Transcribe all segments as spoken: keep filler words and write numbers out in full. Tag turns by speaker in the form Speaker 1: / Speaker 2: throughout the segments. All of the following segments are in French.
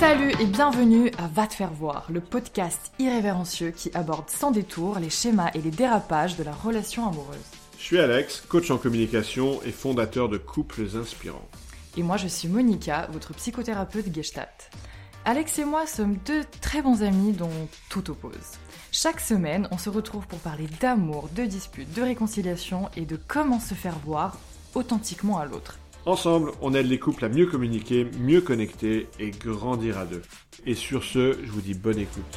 Speaker 1: Salut et bienvenue à Va te faire voir, le podcast irrévérencieux qui aborde sans détour les schémas et les dérapages de la relation amoureuse.
Speaker 2: Je suis Alex, coach en communication et fondateur de Couples Inspirants.
Speaker 1: Et moi je suis Monica, votre psychothérapeute Gestalt. Alex et moi sommes deux très bons amis dont tout oppose. Chaque semaine, on se retrouve pour parler d'amour, de disputes, de réconciliation et de comment se faire voir authentiquement à l'autre.
Speaker 2: Ensemble, on aide les couples à mieux communiquer, mieux connecter et grandir à deux. Et sur ce, je vous dis bonne écoute.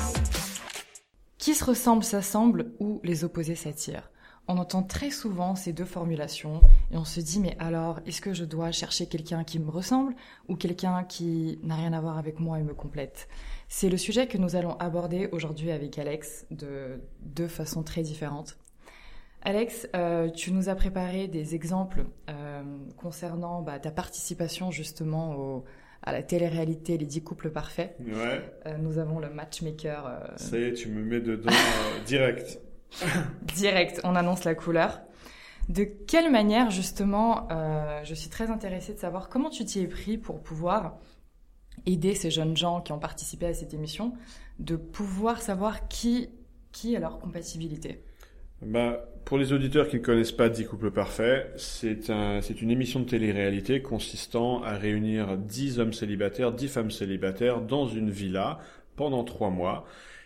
Speaker 1: Qui se ressemble s'assemble ou les opposés s'attirent. On entend très souvent ces deux formulations et on se dit mais alors, est-ce que je dois chercher quelqu'un qui me ressemble ou quelqu'un qui n'a rien à voir avec moi et me complète ? C'est le sujet que nous allons aborder aujourd'hui avec Alex de deux façons très différentes. Alex, euh, tu nous as préparé des exemples euh, concernant bah, ta participation justement au, à la télé-réalité Les dix couples parfaits.
Speaker 2: Ouais.
Speaker 1: Euh, nous avons le matchmaker. Euh...
Speaker 2: Ça y est, tu me mets dedans euh, direct.
Speaker 1: Direct, on annonce la couleur. De quelle manière justement, euh, je suis très intéressée de savoir comment tu t'y es pris pour pouvoir aider ces jeunes gens qui ont participé à cette émission, de pouvoir savoir qui, qui a leur compatibilité.
Speaker 2: Bah, pour les auditeurs qui ne connaissent pas dix couples parfaits, c'est, un, c'est une émission de télé-réalité consistant à réunir dix hommes célibataires, dix femmes célibataires dans une villa pendant trois mois.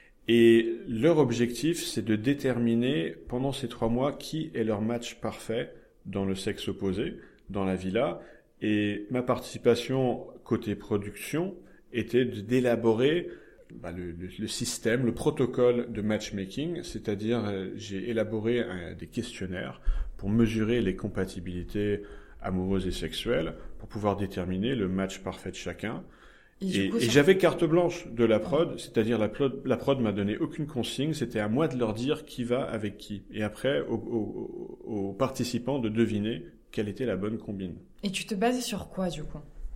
Speaker 2: Et leur objectif, c'est de déterminer pendant ces trois mois qui est leur match parfait dans le sexe opposé, dans la villa. Et ma participation côté production était de, d'élaborer bah, le, le, le système, le protocole de matchmaking, c'est-à-dire euh, j'ai élaboré un, des questionnaires pour mesurer les compatibilités amoureuses et sexuelles, pour pouvoir déterminer le match parfait de chacun. Et, et, coup, et ça... j'avais carte blanche de la prod, c'est-à-dire la prod, la prod m'a donné aucune consigne, c'était à moi de leur dire qui va avec qui. Et après, aux, aux, aux participants de deviner quelle était la bonne combine.
Speaker 1: Et tu te basais sur quoi, du coup ?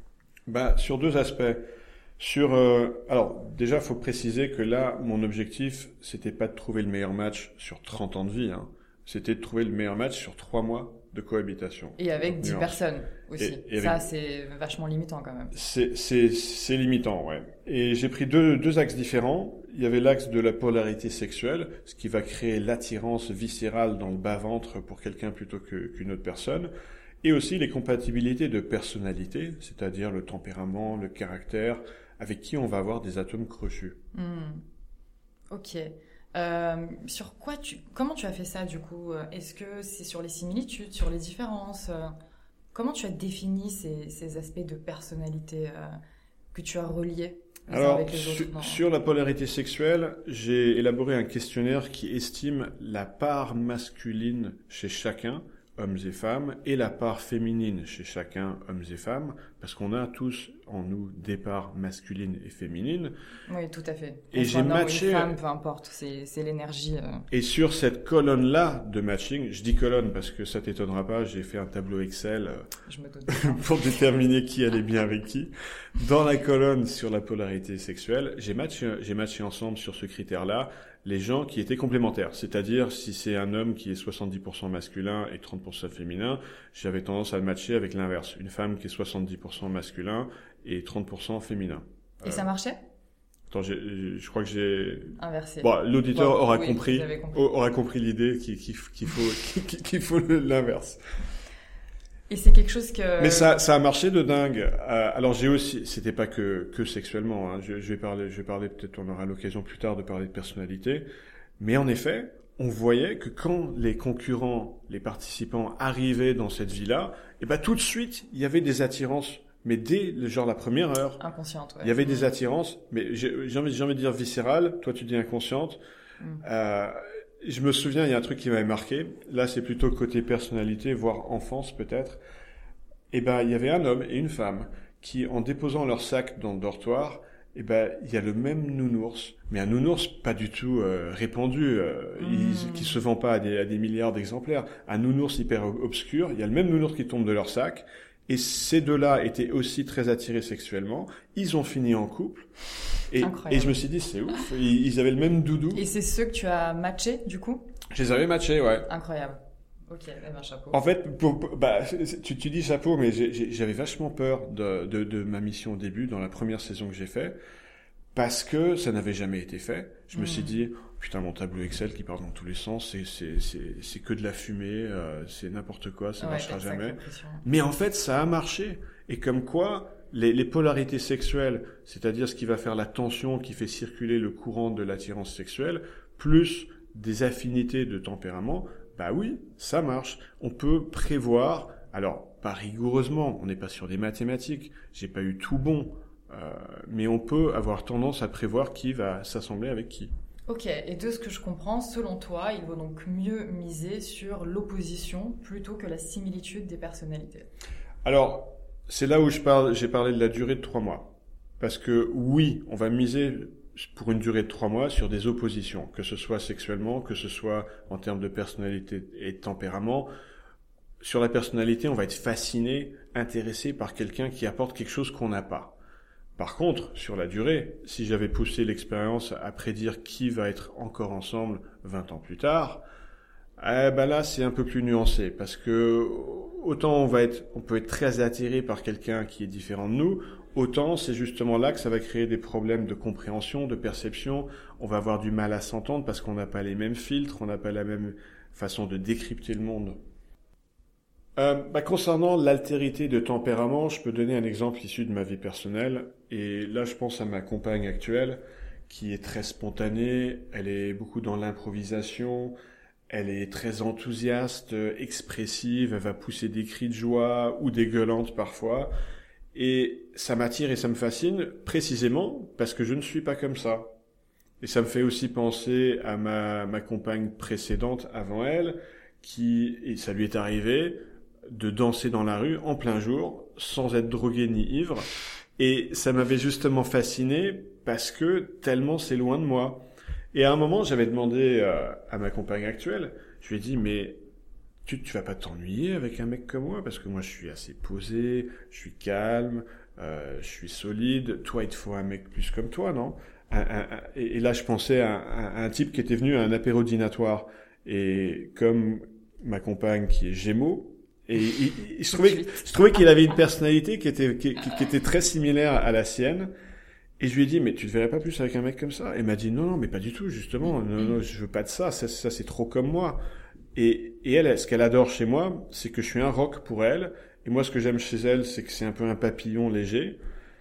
Speaker 2: Bah, sur deux aspects. Sur, euh, alors, déjà, faut préciser que là, mon objectif, c'était pas de trouver le meilleur match sur trente ans de vie, hein. C'était de trouver le meilleur match sur trois mois de cohabitation.
Speaker 1: Et avec dix personnes aussi. Et, et ça, avec... c'est vachement limitant quand même.
Speaker 2: C'est, c'est, c'est limitant, ouais. Et j'ai pris deux, deux axes différents. Il y avait l'axe de la polarité sexuelle, ce qui va créer l'attirance viscérale dans le bas-ventre pour quelqu'un plutôt que, qu'une autre personne. Et aussi les compatibilités de personnalité, c'est-à-dire le tempérament, le caractère, avec qui on va avoir des atomes crochus.
Speaker 1: Mmh. Ok. Euh, sur quoi tu, comment tu as fait ça du coup ? Est-ce que c'est sur les similitudes, sur les différences ? Comment tu as défini ces, ces aspects de personnalité euh, que tu as reliés les
Speaker 2: Alors,
Speaker 1: uns avec les
Speaker 2: su,
Speaker 1: autres ?
Speaker 2: sur la polarité sexuelle, j'ai élaboré un questionnaire qui estime la part masculine chez chacun, hommes et femmes, et la part féminine chez chacun, hommes et femmes, parce qu'on a tous en nous des parts masculines et féminines.
Speaker 1: Oui, tout à fait.
Speaker 2: Et j'ai matché...
Speaker 1: Une femme, peu importe, c'est, c'est l'énergie... Euh...
Speaker 2: Et sur cette colonne-là de matching, je dis colonne parce que ça t'étonnera pas, j'ai fait un tableau Excel
Speaker 1: je me doute
Speaker 2: pour déterminer qui allait bien avec qui. Dans la colonne sur la polarité sexuelle, j'ai matché, j'ai matché ensemble sur ce critère-là les gens qui étaient complémentaires. C'est-à-dire, si c'est un homme qui est soixante-dix pour cent masculin et trente pour cent féminin, j'avais tendance à le matcher avec l'inverse. Une femme qui est soixante-dix pour cent masculin et trente pour cent féminin.
Speaker 1: Et euh... ça marchait ?
Speaker 2: Attends, j'ai, je crois que j'ai...
Speaker 1: Inversé.
Speaker 2: Bon, l'auditeur bon, aura,
Speaker 1: oui,
Speaker 2: compris,
Speaker 1: compris.
Speaker 2: aura compris l'idée qu'il, qu'il, qu'il faut, qu'il, qu'il faut l'inverse.
Speaker 1: Et c'est quelque chose que...
Speaker 2: Mais ça, ça a marché de dingue. Euh, alors j'ai aussi, c'était pas que, que sexuellement, hein. Je, je vais parler, je vais parler peut-être, on aura l'occasion plus tard de parler de personnalité. Mais en effet, on voyait que quand les concurrents, les participants arrivaient dans cette villa, et ben tout de suite, il y avait des attirances. Mais dès, genre, la première heure,
Speaker 1: inconsciente, ouais.
Speaker 2: Il y avait des attirances, mais j'ai, j'ai, envie, j'ai envie de dire viscérales, toi tu dis inconsciente. Mm. Euh, je me souviens, il y a un truc qui m'avait marqué. Là, c'est plutôt côté personnalité, voire enfance peut-être. Et ben, il y avait un homme et une femme qui, en déposant leur sac dans le dortoir, et ben, il y a le même nounours, mais un nounours pas du tout euh, répandu, euh, mm. il, qui se vend pas à des, à des milliards d'exemplaires. Un nounours hyper obscur. Il y a le même nounours qui tombe de leur sac. Et ces deux-là étaient aussi très attirés sexuellement. Ils ont fini en couple. Et, et je me suis dit, c'est ouf. Ils, ils avaient le même doudou.
Speaker 1: Et c'est ceux que tu as matchés, du coup ?
Speaker 2: Je les avais matchés, ouais.
Speaker 1: Incroyable. Ok, eh ben, chapeau.
Speaker 2: En fait, pour, pour- bah, tu, tu dis chapeau, mais j'ai- j'ai- j'avais vachement peur de, de, de ma mission au début, dans la première saison que j'ai fait, parce que ça n'avait jamais été fait. Je me suis
Speaker 1: Mm.
Speaker 2: dit, putain, mon tableau Excel qui part dans tous les sens, c'est c'est c'est c'est que de la fumée, euh, c'est n'importe quoi, ça
Speaker 1: Ouais,
Speaker 2: marchera
Speaker 1: t'as une
Speaker 2: jamais.
Speaker 1: sacrée pression.
Speaker 2: Mais en fait, ça a marché. Et comme quoi, les, les polarités sexuelles, c'est-à-dire ce qui va faire la tension, qui fait circuler le courant de l'attirance sexuelle, plus des affinités de tempérament, bah oui, ça marche. On peut prévoir, alors pas rigoureusement, on n'est pas sur des mathématiques, j'ai pas eu tout bon, euh, mais on peut avoir tendance à prévoir qui va s'assembler avec qui.
Speaker 1: Ok, et de ce que je comprends, selon toi, il vaut donc mieux miser sur l'opposition plutôt que la similitude des personnalités.
Speaker 2: Alors, c'est là où je parle, j'ai parlé de la durée de trois mois. Parce que oui, on va miser pour une durée de trois mois sur des oppositions, que ce soit sexuellement, que ce soit en termes de personnalité et de tempérament. Sur la personnalité, on va être fasciné, intéressé par quelqu'un qui apporte quelque chose qu'on n'a pas. Par contre, sur la durée, si j'avais poussé l'expérience à prédire qui va être encore ensemble vingt ans plus tard, eh ben là, c'est un peu plus nuancé parce que autant on va être, on peut être très attiré par quelqu'un qui est différent de nous, autant c'est justement là que ça va créer des problèmes de compréhension, de perception. On va avoir du mal à s'entendre parce qu'on n'a pas les mêmes filtres, on n'a pas la même façon de décrypter le monde. Euh, bah, concernant l'altérité de tempérament, je peux donner un exemple issu de ma vie personnelle. Et là, je pense à ma compagne actuelle, qui est très spontanée. Elle est beaucoup dans l'improvisation. Elle est très enthousiaste, expressive. Elle va pousser des cris de joie ou des gueulantes parfois. Et ça m'attire et ça me fascine précisément parce que je ne suis pas comme ça. Et ça me fait aussi penser à ma, ma compagne précédente avant elle, qui, et ça lui est arrivé, de danser dans la rue en plein jour, sans être drogué ni ivre. Et ça m'avait justement fasciné parce que tellement c'est loin de moi. Et à un moment, j'avais demandé euh, à ma compagne actuelle, je lui ai dit, mais tu, tu vas pas t'ennuyer avec un mec comme moi? Parce que moi, je suis assez posé, je suis calme, euh, je suis solide. Toi, il te faut un mec plus comme toi, non? un, un, un, et, et là, je pensais à, à, à un type qui était venu à un apéro dînatoire. Et comme ma compagne qui est Gémeaux, et il, il, je trouvais, je trouvais qu'il avait une personnalité qui était, qui, qui, qui était très similaire à la sienne. Et je lui ai dit, mais tu te verrais pas plus avec un mec comme ça? Et il m'a dit, non, non, mais pas du tout, justement. Non, non, je veux pas de ça. Ça, ça c'est trop comme moi. Et, et elle, ce qu'elle adore chez moi, c'est que je suis un roc pour elle. Et moi, ce que j'aime chez elle, c'est que c'est un peu un papillon léger.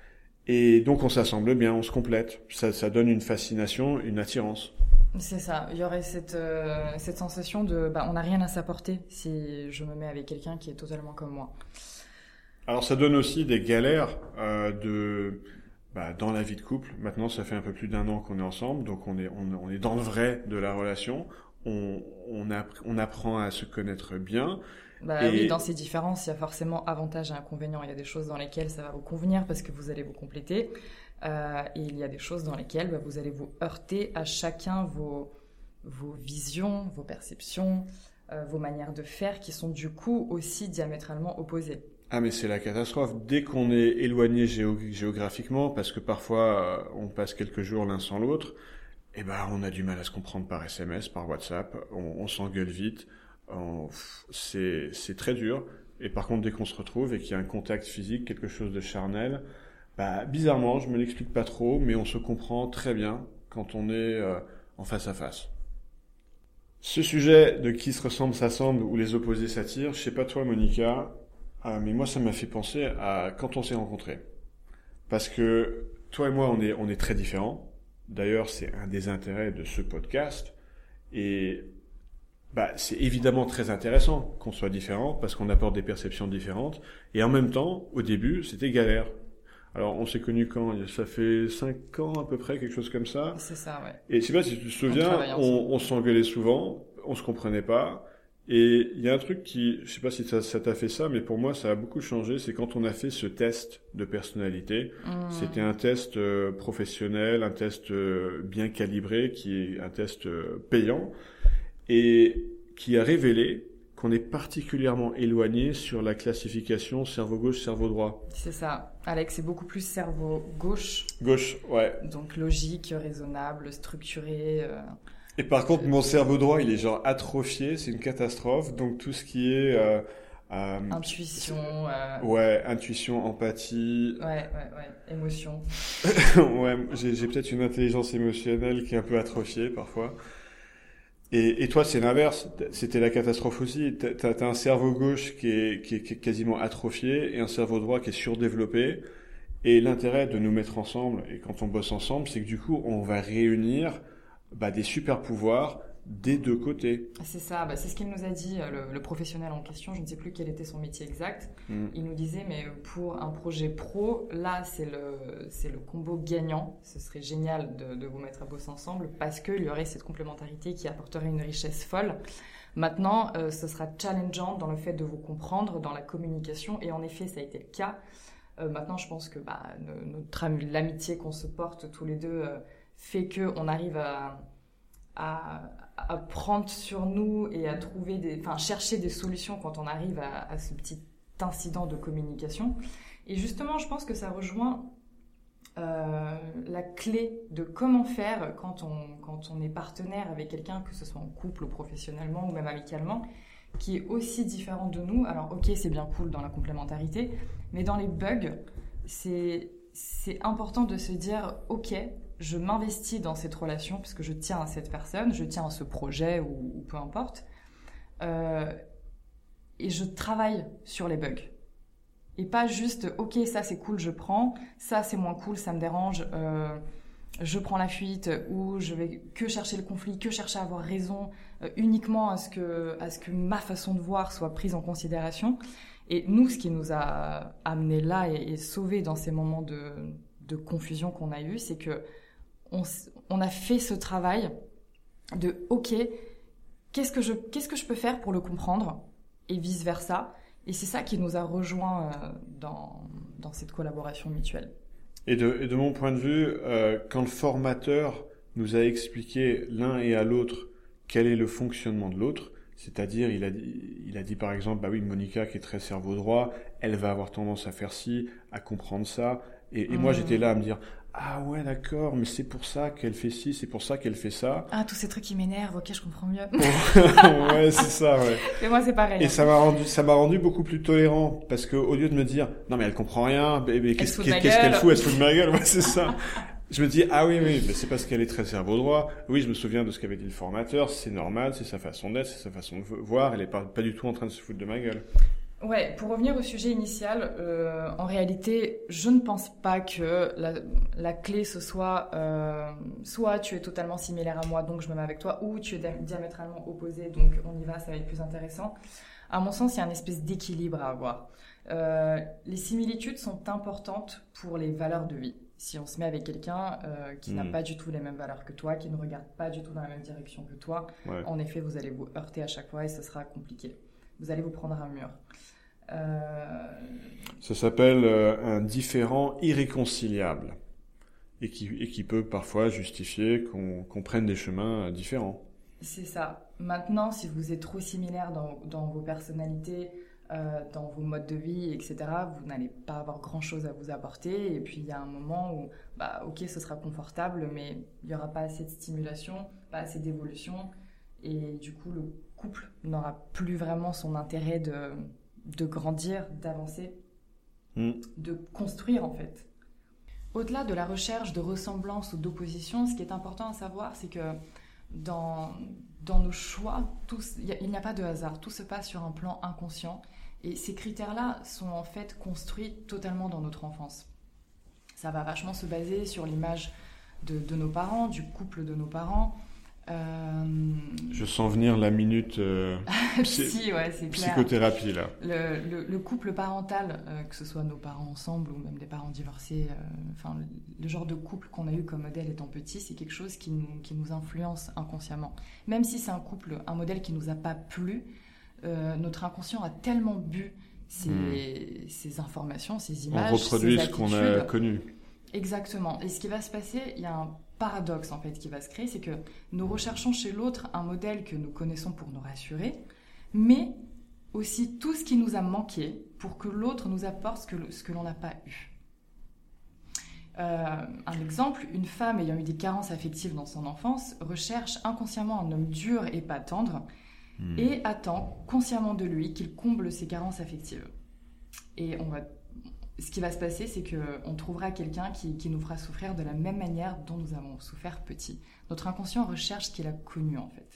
Speaker 2: Et donc, on s'assemble bien, on se complète. Ça, ça donne une fascination, une attirance.
Speaker 1: C'est ça, il y aurait cette, euh, cette sensation de bah, on n'a rien à s'apporter si je me mets avec quelqu'un qui est totalement comme moi.
Speaker 2: Alors ça donne aussi des galères euh, de bah, dans la vie de couple. Maintenant, ça fait un peu plus d'un an qu'on est ensemble, donc on est on, on est dans le vrai de la relation. On on, app- on apprend à se connaître bien.
Speaker 1: Bah
Speaker 2: Et-
Speaker 1: oui, dans ces différences, il y a forcément avantages et inconvénients. Il y a des choses dans lesquelles ça va vous convenir parce que vous allez vous compléter. Euh, et il y a des choses dans lesquelles bah, vous allez vous heurter à chacun vos, vos visions, vos perceptions, euh, vos manières de faire qui sont du coup aussi diamétralement opposées.
Speaker 2: Ah mais c'est la catastrophe. Dès qu'on est éloigné géo- géographiquement, parce que parfois euh, on passe quelques jours l'un sans l'autre, eh ben on a du mal à se comprendre par S M S, par WhatsApp. On, on s'engueule vite. On- pff, c'est c'est très dur. Et par contre, dès qu'on se retrouve et qu'il y a un contact physique, quelque chose de charnel, bah bizarrement, je me l'explique pas trop, mais on se comprend très bien quand on est euh, en face à face. Ce sujet de qui se ressemble s'assemble ou les opposés s'attirent, je sais pas toi Monica, euh, mais moi ça m'a fait penser à quand on s'est rencontrés. Parce que toi et moi on est on est très différents. D'ailleurs, c'est un des intérêts de ce podcast et bah c'est évidemment très intéressant qu'on soit différents parce qu'on apporte des perceptions différentes et en même temps, au début, c'était galère. Alors, on s'est connus quand? Ça fait cinq ans à peu près, quelque chose comme ça.
Speaker 1: C'est ça, ouais.
Speaker 2: Et je sais pas si tu te
Speaker 1: On
Speaker 2: souviens,
Speaker 1: travaille
Speaker 2: on,
Speaker 1: ensemble.
Speaker 2: on s'engueulait souvent, on se comprenait pas. Et il y a un truc qui, je sais pas si ça, ça t'a fait ça, mais pour moi, ça a beaucoup changé. C'est quand on a fait ce test de personnalité.
Speaker 1: Mmh.
Speaker 2: C'était un test euh, professionnel, un test euh, bien calibré, qui est un test euh, payant, et qui a révélé qu'on est particulièrement éloigné sur la classification cerveau gauche, cerveau droit.
Speaker 1: C'est ça. Alex, c'est beaucoup plus cerveau gauche,
Speaker 2: Gauche, ouais.
Speaker 1: donc logique, raisonnable, structuré. euh,
Speaker 2: Et par contre, mon cerveau droit, il est genre atrophié, c'est une catastrophe. Donc tout ce qui est euh, euh,
Speaker 1: intuition, euh...
Speaker 2: ouais, intuition, empathie,
Speaker 1: ouais, ouais, ouais, émotion.
Speaker 2: ouais, j'ai, j'ai peut-être une intelligence émotionnelle qui est un peu atrophiée parfois. Et, et toi, c'est l'inverse. C'était la catastrophe aussi. T'as, t'as un cerveau gauche qui est, qui, est, qui est quasiment atrophié et un cerveau droit qui est surdéveloppé. Et l'intérêt de nous mettre ensemble, et quand on bosse ensemble, c'est que du coup, on va réunir bah, des super pouvoirs des deux côtés.
Speaker 1: C'est ça, bah, c'est ce qu'il nous a dit, le, le professionnel en question. Je ne sais plus quel était son métier exact. Mm. Il nous disait, mais pour un projet pro, là, c'est le, c'est le combo gagnant. Ce serait génial de, de vous mettre à bosser ensemble parce qu'il y aurait cette complémentarité qui apporterait une richesse folle. Maintenant, euh, ce sera challengeant dans le fait de vous comprendre, dans la communication. Et en effet, ça a été le cas. Euh, maintenant, je pense que bah, notre l'amitié qu'on se porte tous les deux euh, fait qu'on arrive à, à, à prendre sur nous et à trouver des, enfin, chercher des solutions quand on arrive à, à ce petit incident de communication. Et justement, je pense que ça rejoint euh, la clé de comment faire quand on, quand on est partenaire avec quelqu'un, que ce soit en couple ou professionnellement ou même amicalement, qui est aussi différent de nous. Alors ok, c'est bien cool dans la complémentarité, mais dans les bugs, c'est, c'est important de se dire ok, je m'investis dans cette relation puisque je tiens à cette personne, je tiens à ce projet ou, ou peu importe, euh, et je travaille sur les bugs. Et pas juste ok, ça c'est cool, je prends, ça c'est moins cool, ça me dérange, euh, je prends la fuite, ou je vais que chercher le conflit, que chercher à avoir raison, euh, uniquement à ce, que, à ce que ma façon de voir soit prise en considération. Et nous, ce qui nous a amené là et, et sauvé dans ces moments de, de confusion qu'on a eu, c'est que on, on a fait ce travail de ok, qu'est-ce que je, qu'est-ce que je peux faire pour le comprendre et vice versa. Et c'est ça qui nous a rejoints euh, dans, dans cette collaboration mutuelle.
Speaker 2: Et de, et de mon point de vue, euh, quand le formateur nous a expliqué l'un et à l'autre quel est le fonctionnement de l'autre, c'est-à-dire il a dit, il a dit par exemple, bah oui, Monica qui est très cerveau droit, elle va avoir tendance à faire ci, à comprendre ça, et, et mmh. moi j'étais là à me dire, ah ouais d'accord, mais c'est pour ça qu'elle fait ci, c'est pour ça qu'elle fait ça.
Speaker 1: Ah, tous ces trucs qui m'énervent, ok, je comprends mieux.
Speaker 2: Ouais, c'est ça, ouais.
Speaker 1: Et moi c'est pareil.
Speaker 2: Et ça m'a rendu, ça m'a rendu beaucoup plus tolérant, parce que au lieu de me dire, non mais elle comprend rien, mais, mais qu'est-ce, qu'est-ce qu'elle fout, elle se fout de ma gueule, ouais, c'est ça. Je me dis, ah oui, oui, mais c'est parce qu'elle est très cerveau droit. Oui, je me souviens de ce qu'avait dit le formateur, c'est normal, c'est sa façon d'être, c'est sa façon de voir, elle est pas, pas du tout en train de se foutre de ma gueule.
Speaker 1: Ouais, pour revenir au sujet initial, euh, en réalité, je ne pense pas que la, la clé ce soit euh, soit tu es totalement similaire à moi, donc je me mets avec toi, ou tu es diamétralement opposé, donc on y va, ça va être plus intéressant. À mon sens, il y a une espèce d'équilibre à avoir. Euh, les similitudes sont importantes pour les valeurs de vie. Si on se met avec quelqu'un euh, qui mmh. n'a pas du tout les mêmes valeurs que toi, qui ne regarde pas du tout dans la même direction que toi, ouais. En effet, vous allez vous heurter à chaque fois et ce sera compliqué. Vous allez vous prendre un mur. Euh...
Speaker 2: Ça s'appelle euh, un différend irréconciliable et qui, et qui peut parfois justifier qu'on, qu'on prenne des chemins différents.
Speaker 1: C'est ça. Maintenant, si vous êtes trop similaires dans, dans vos personnalités, euh, dans vos modes de vie, et cetera, vous n'allez pas avoir grand-chose à vous apporter. Et puis, il y a un moment où, bah, ok, ce sera confortable, mais il n'y aura pas assez de stimulation, pas assez d'évolution. Et du coup, le couple n'aura plus vraiment son intérêt de... de grandir, d'avancer, mmh. de construire en fait. Au-delà de la recherche de ressemblance ou d'opposition, ce qui est important à savoir, c'est que dans, dans nos choix, tout, y a, il n'y a pas de hasard, tout se passe sur un plan inconscient et ces critères-là sont en fait construits totalement dans notre enfance. Ça va vachement se baser sur l'image de, de nos parents, du couple de nos parents. Euh...
Speaker 2: Je sens venir la minute euh,
Speaker 1: psy, si, ouais, c'est clair.
Speaker 2: Psychothérapie là.
Speaker 1: Le, le, le couple parental, euh, que ce soit nos parents ensemble ou même des parents divorcés, euh, enfin le, le genre de couple qu'on a eu comme modèle étant petit, c'est quelque chose qui nous, qui nous influence inconsciemment. Même si c'est un couple, un modèle qui nous a pas plu, euh, notre inconscient a tellement bu ces, mmh. ces informations, ces images,
Speaker 2: on reproduit
Speaker 1: ces
Speaker 2: ce qu'on a connu.
Speaker 1: Exactement. Et ce qui va se passer, il y a un paradoxe en fait qui va se créer, c'est que nous recherchons chez l'autre un modèle que nous connaissons pour nous rassurer, mais aussi tout ce qui nous a manqué pour que l'autre nous apporte ce que, ce que l'on n'a pas eu. Euh, un exemple, une femme ayant eu des carences affectives dans son enfance recherche inconsciemment un homme dur et pas tendre mmh. et attend consciemment de lui qu'il comble ses carences affectives. Et on va, ce qui va se passer, c'est qu'on trouvera quelqu'un qui, qui nous fera souffrir de la même manière dont nous avons souffert petit. Notre inconscient recherche ce qu'il a connu en fait.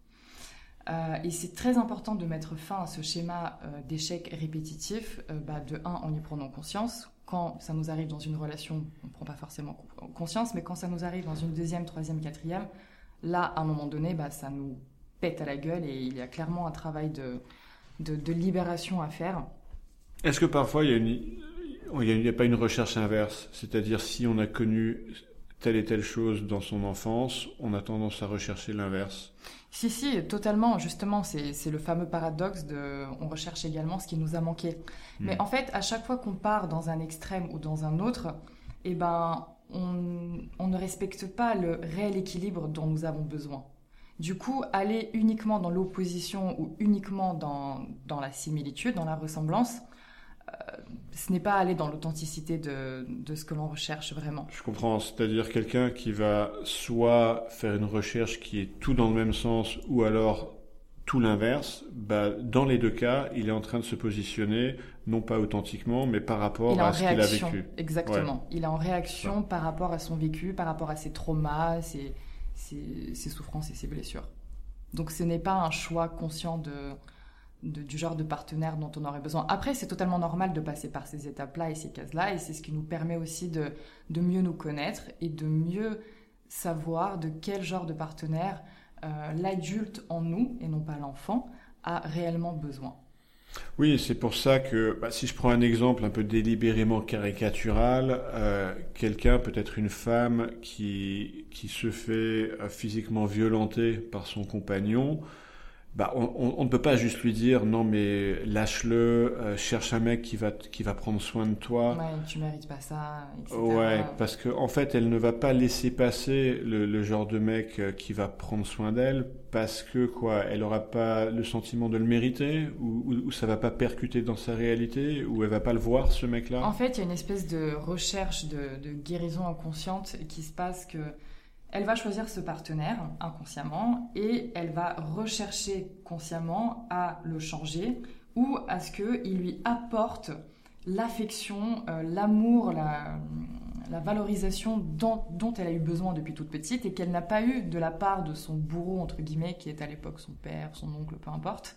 Speaker 1: Euh, et c'est très important de mettre fin à ce schéma euh, d'échec répétitif. Euh, bah, de un, en y prenant conscience. Quand ça nous arrive dans une relation, on ne prend pas forcément conscience, mais quand ça nous arrive dans une deuxième, troisième, quatrième, là, à un moment donné, bah, ça nous pète à la gueule et il y a clairement un travail de, de, de libération à faire.
Speaker 2: Est-ce que parfois, il y a une, il n'y a, a pas une recherche inverse ? C'est-à-dire, si on a connu telle et telle chose dans son enfance, on a tendance à rechercher l'inverse ?
Speaker 1: Si, si, totalement. Justement, c'est, c'est le fameux paradoxe de « on recherche également ce qui nous a manqué mmh. ». Mais en fait, à chaque fois qu'on part dans un extrême ou dans un autre, eh ben, on, on ne respecte pas le réel équilibre dont nous avons besoin. Du coup, aller uniquement dans l'opposition ou uniquement dans, dans la similitude, dans la ressemblance, euh, ce n'est pas aller dans l'authenticité de, de ce que l'on recherche vraiment.
Speaker 2: Je comprends, c'est-à-dire quelqu'un qui va soit faire une recherche qui est tout dans le même sens ou alors tout l'inverse, bah, dans les deux cas, il est en train de se positionner, non pas authentiquement, mais par rapport à ce
Speaker 1: réaction,
Speaker 2: qu'il a vécu.
Speaker 1: Exactement, ouais. Il est en réaction
Speaker 2: ouais.
Speaker 1: par rapport à son vécu, par rapport à ses traumas, ses, ses, ses souffrances et ses blessures. Donc ce n'est pas un choix conscient de... De, du genre de partenaire dont on aurait besoin. Après, c'est totalement normal de passer par ces étapes-là et ces cases-là, et c'est ce qui nous permet aussi de, de mieux nous connaître et de mieux savoir de quel genre de partenaire euh, l'adulte en nous, et non pas l'enfant, a réellement besoin.
Speaker 2: Oui, c'est pour ça que, bah, si je prends un exemple un peu délibérément caricatural, euh, quelqu'un, peut-être une femme qui, qui se fait euh, physiquement violenter par son compagnon, bah, on, on, on ne peut pas juste lui dire non mais lâche-le, euh, cherche un mec qui va qui va prendre soin de toi.
Speaker 1: Ouais, tu mérites pas ça, et cetera.
Speaker 2: Ouais, parce que en fait, elle ne va pas laisser passer le, le genre de mec qui va prendre soin d'elle parce que quoi, elle aura pas le sentiment de le mériter ou, ou, ou ça va pas percuter dans sa réalité ou elle va pas le voir ce mec-là.
Speaker 1: En fait, il y a une espèce de recherche de, de guérison inconsciente qui se passe que elle va choisir ce partenaire inconsciemment et elle va rechercher consciemment à le changer ou à ce qu'il lui apporte l'affection, euh, l'amour, la, la valorisation dont, dont elle a eu besoin depuis toute petite et qu'elle n'a pas eu de la part de son bourreau, entre guillemets, qui est à l'époque son père, son oncle, peu importe.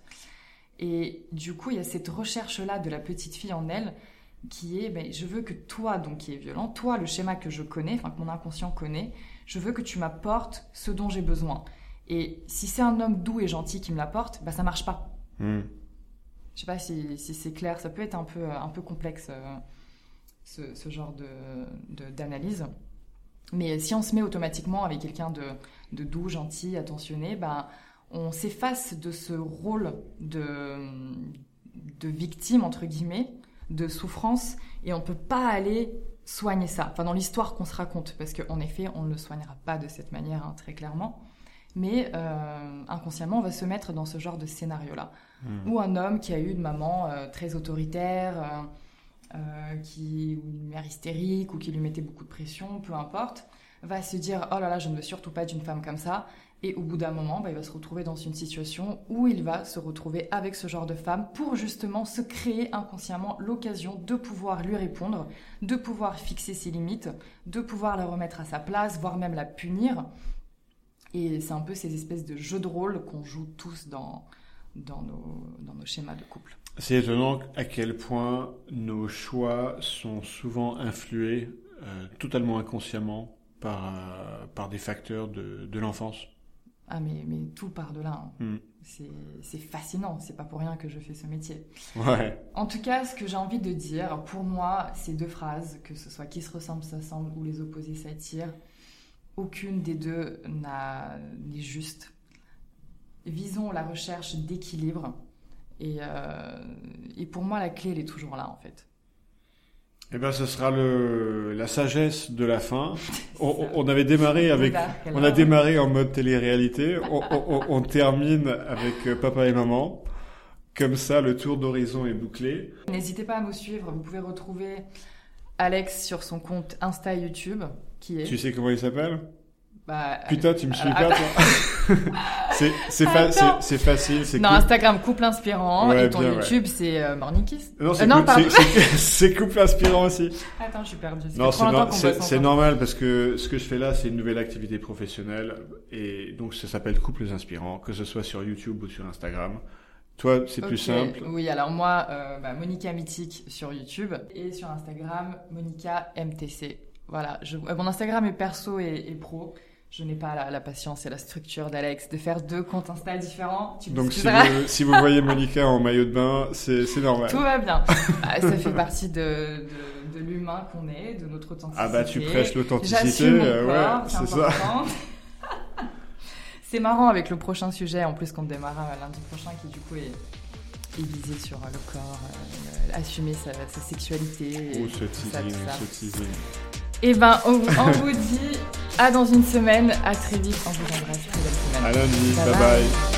Speaker 1: Et du coup, il y a cette recherche-là de la petite fille en elle qui est, ben, je veux que toi, donc qui est violent, toi, le schéma que je connais, enfin que mon inconscient connaît, je veux que tu m'apportes ce dont j'ai besoin. Et si c'est un homme doux et gentil qui me l'apporte, bah ça marche pas. Mm. Je sais pas si, si c'est clair, ça peut être un peu, un peu complexe euh, ce, ce genre de, de, d'analyse. Mais si on se met automatiquement avec quelqu'un de, de doux, gentil, attentionné, bah, on s'efface de ce rôle de, de victime, entre guillemets, de souffrance, et on peut pas aller soigner ça, enfin dans l'histoire qu'on se raconte, parce qu'en effet, on ne le soignera pas de cette manière, hein, très clairement, mais euh, inconsciemment, on va se mettre dans ce genre de scénario-là, mmh. où un homme qui a eu une maman euh, très autoritaire, euh, euh, qui, ou une mère hystérique, ou qui lui mettait beaucoup de pression, peu importe, va se dire « Oh là là, je ne veux surtout pas d'une femme comme ça », et au bout d'un moment, bah, il va se retrouver dans une situation où il va se retrouver avec ce genre de femme pour justement se créer inconsciemment l'occasion de pouvoir lui répondre, de pouvoir fixer ses limites, de pouvoir la remettre à sa place, voire même la punir. Et c'est un peu ces espèces de jeux de rôle qu'on joue tous dans, dans, nos, dans nos schémas de couple.
Speaker 2: C'est étonnant à quel point nos choix sont souvent influés euh, totalement inconsciemment par, euh, par des facteurs de, de l'enfance.
Speaker 1: Ah mais, mais tout part de là. Hein. Mm. C'est, c'est fascinant, c'est pas pour rien que je fais ce métier.
Speaker 2: Ouais.
Speaker 1: En tout cas, ce que j'ai envie de dire, pour moi, ces deux phrases, que ce soit qui se ressemble s'assemble ou les opposés s'attirent, aucune des deux n'a, n'est juste. Visons la recherche d'équilibre et, euh, et pour moi, la clé, elle est toujours là en fait.
Speaker 2: Eh ben, ce sera le, la sagesse de la fin. On, on avait démarré avec, on a démarré en mode télé-réalité. On, on, on termine avec papa et maman. Comme ça, le tour d'horizon est bouclé.
Speaker 1: N'hésitez pas à nous suivre. Vous pouvez retrouver Alex sur son compte Insta et YouTube, qui est...
Speaker 2: Tu sais comment il s'appelle?
Speaker 1: Bah,
Speaker 2: Putain, tu me suis
Speaker 1: alors,
Speaker 2: pas, toi. c'est, c'est, fa- c'est, c'est facile, c'est
Speaker 1: Non,
Speaker 2: cool.
Speaker 1: Instagram, couple inspirant,
Speaker 2: Ouais,
Speaker 1: et ton
Speaker 2: bien,
Speaker 1: YouTube, ouais. c'est euh, Morning Kiss.
Speaker 2: Non, c'est,
Speaker 1: euh, non,
Speaker 2: cool,
Speaker 1: pardon.
Speaker 2: c'est, c'est, c'est couple inspirant aussi.
Speaker 1: Attends, je suis perdue.
Speaker 2: Non, c'est, no- c'est, c'est normal parce que ce que je fais là, c'est une nouvelle activité professionnelle et donc ça s'appelle Couples inspirants, que ce soit sur YouTube ou sur Instagram. Toi, c'est
Speaker 1: okay.
Speaker 2: plus simple.
Speaker 1: Oui, alors moi, euh, bah, Monica Mythique sur YouTube et sur Instagram, Monica M T C. Voilà, je, euh, mon Instagram est perso et, et pro. Je n'ai pas la, la patience et la structure d'Alex de faire deux comptes Insta différents. Tu
Speaker 2: Donc si vous, si vous voyez Monica en maillot de bain, c'est, c'est normal.
Speaker 1: Tout va bien. Bah, ça fait partie de, de, de l'humain qu'on est, de notre authenticité.
Speaker 2: Ah bah tu prêches l'authenticité.
Speaker 1: J'assume mon
Speaker 2: euh,
Speaker 1: corps,
Speaker 2: ouais,
Speaker 1: c'est,
Speaker 2: c'est
Speaker 1: important.
Speaker 2: ça.
Speaker 1: C'est marrant avec le prochain sujet, en plus qu'on démarre lundi prochain, qui du coup est, est visé sur le corps, euh, assumer sa, sa sexualité.
Speaker 2: Oh ce teasing, ce teasing.
Speaker 1: Et ben, on, on vous dit à dans une semaine, à très vite, on vous embrasse, très belle semaine.
Speaker 2: À lundi,
Speaker 1: bye
Speaker 2: bye bye. bye.